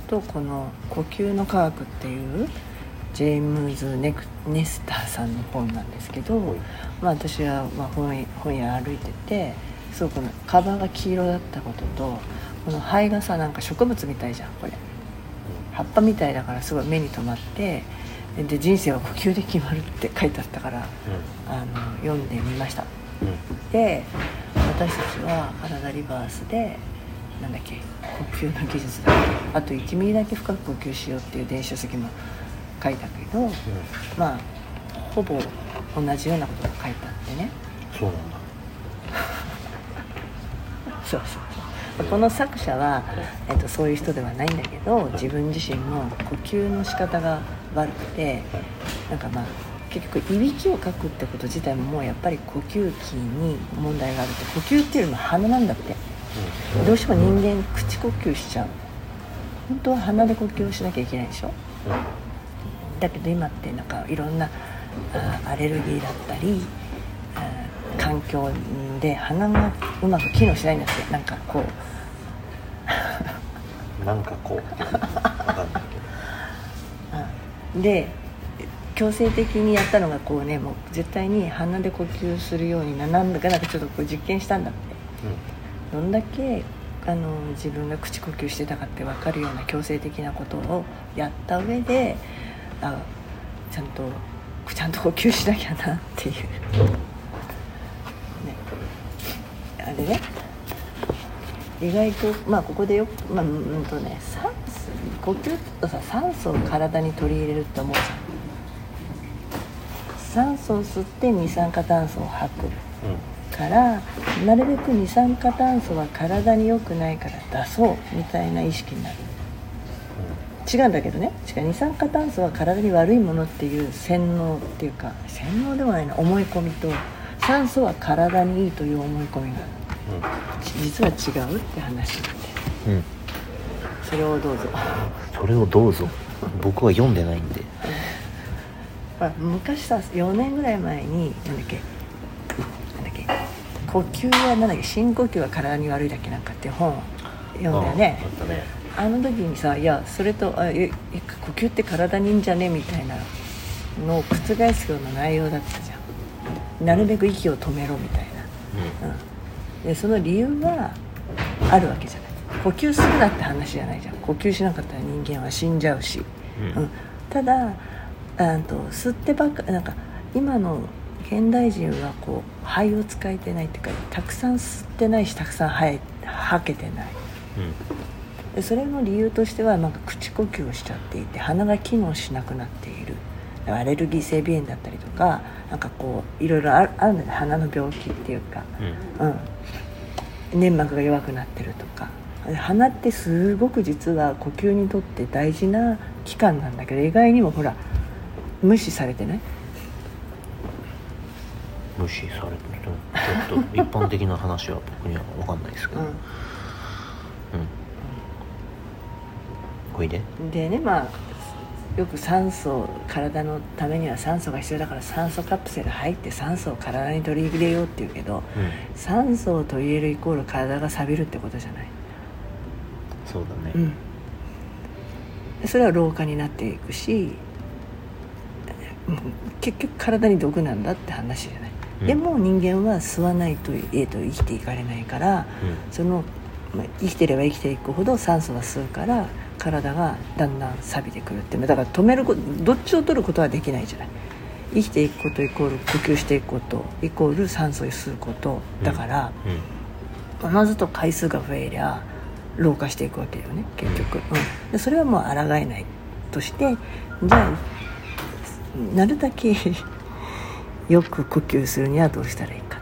とこの呼吸の科学っていうジェームズ・ネスターさんの本なんですけど、私は本屋歩いてて、すごくカバーが黄色だったことと、この灰がさ、なんか植物みたいじゃん、これ葉っぱみたいだからすごい目に留まって、で人生は呼吸で決まるって書いてあったから、読んでみました。で、私たちは体リバースでなんだっけ、呼吸の技術だっけ、あと1ミリだけ深く呼吸しようっていう電子書籍も書いたけど、ほぼ同じようなことが書いてあってね。 そうなんだ。 そうこの作者は、そういう人ではないんだけど、自分自身の呼吸の仕方が悪くて、なんか結局いびきをかくってこと自体ももうやっぱり呼吸器に問題があるって。呼吸っていうよりも鼻なんだって、どうしても人間口呼吸しちゃう。本当は鼻で呼吸をしなきゃいけないでしょ、だけど今ってなんかいろんなアレルギーだったり環境で鼻がうまく機能しないんだって。なんかこうなんかこうって分かんないけど、で強制的にやったのがこうね、もう絶対に鼻で呼吸するようになんだかちょっとこう実験したんだって、どんだけ自分が口呼吸してたかって分かるような強制的なことをやった上で、ちゃんと呼吸しなきゃなっていうあれね、意外とここでよく呼吸とさ、酸素を体に取り入れるって思うじゃん。酸素を吸って二酸化炭素を吐く、から、なるべく二酸化炭素は体に良くないから出そうみたいな意識になる。違うんだけどね、二酸化炭素は体に悪いものっていう洗脳っていうか、洗脳でもないな、思い込みと、酸素は体にいいという思い込みがある、実は違うって話なんで、それをどうぞ。 それをどうぞ。僕は読んでないんで。 昔さ、4年ぐらい前になんだっけ呼吸は深呼吸は体に悪いだっけなんかって本を読んだよね。あの時にさ、いやそれと呼吸って体にいいんじゃねみたいなのを覆すような内容だったじゃん。なるべく息を止めろみたいな、でその理由があるわけじゃない。呼吸するなって話じゃないじゃん。呼吸しなかったら人間は死んじゃうし、ただ吸ってばっか、なんか今の現代人はこう肺を使えてないっていうか、たくさん吸ってないし、たくさん吐けてない、でそれの理由としては口呼吸をしちゃっていて、鼻が機能しなくなっている。アレルギー性鼻炎だったりとか、なんかこういろいろあるんだよね、鼻の病気っていうか、粘膜が弱くなってるとか。鼻ってすごく実は呼吸にとって大事な器官なんだけど、意外にもほら無視されてない？ 無視されてる。ちょっと一般的な話は僕には分かんないですけど、おいで。 でね、よく酸素、体のためには酸素が必要だから酸素カプセル入って酸素を体に取り入れようっていうけど、酸素を取り入れるイコール体が錆びるってことじゃない。 そうだね、 それは老化になっていくし、結局体に毒なんだって話じゃない。でも人間は吸わないと生きていかれないから、その生きてれば生きていくほど酸素が吸うから体がだんだん錆びてくるって。だから止めること、どっちを取ることはできないじゃない。生きていくことイコール呼吸していくことイコール酸素を吸うことだから、おのずと回数が増えりゃ老化していくわけよね、結局、でそれはもう抗えないとして、じゃあなるだけよく呼吸するにはどうしたらいいか。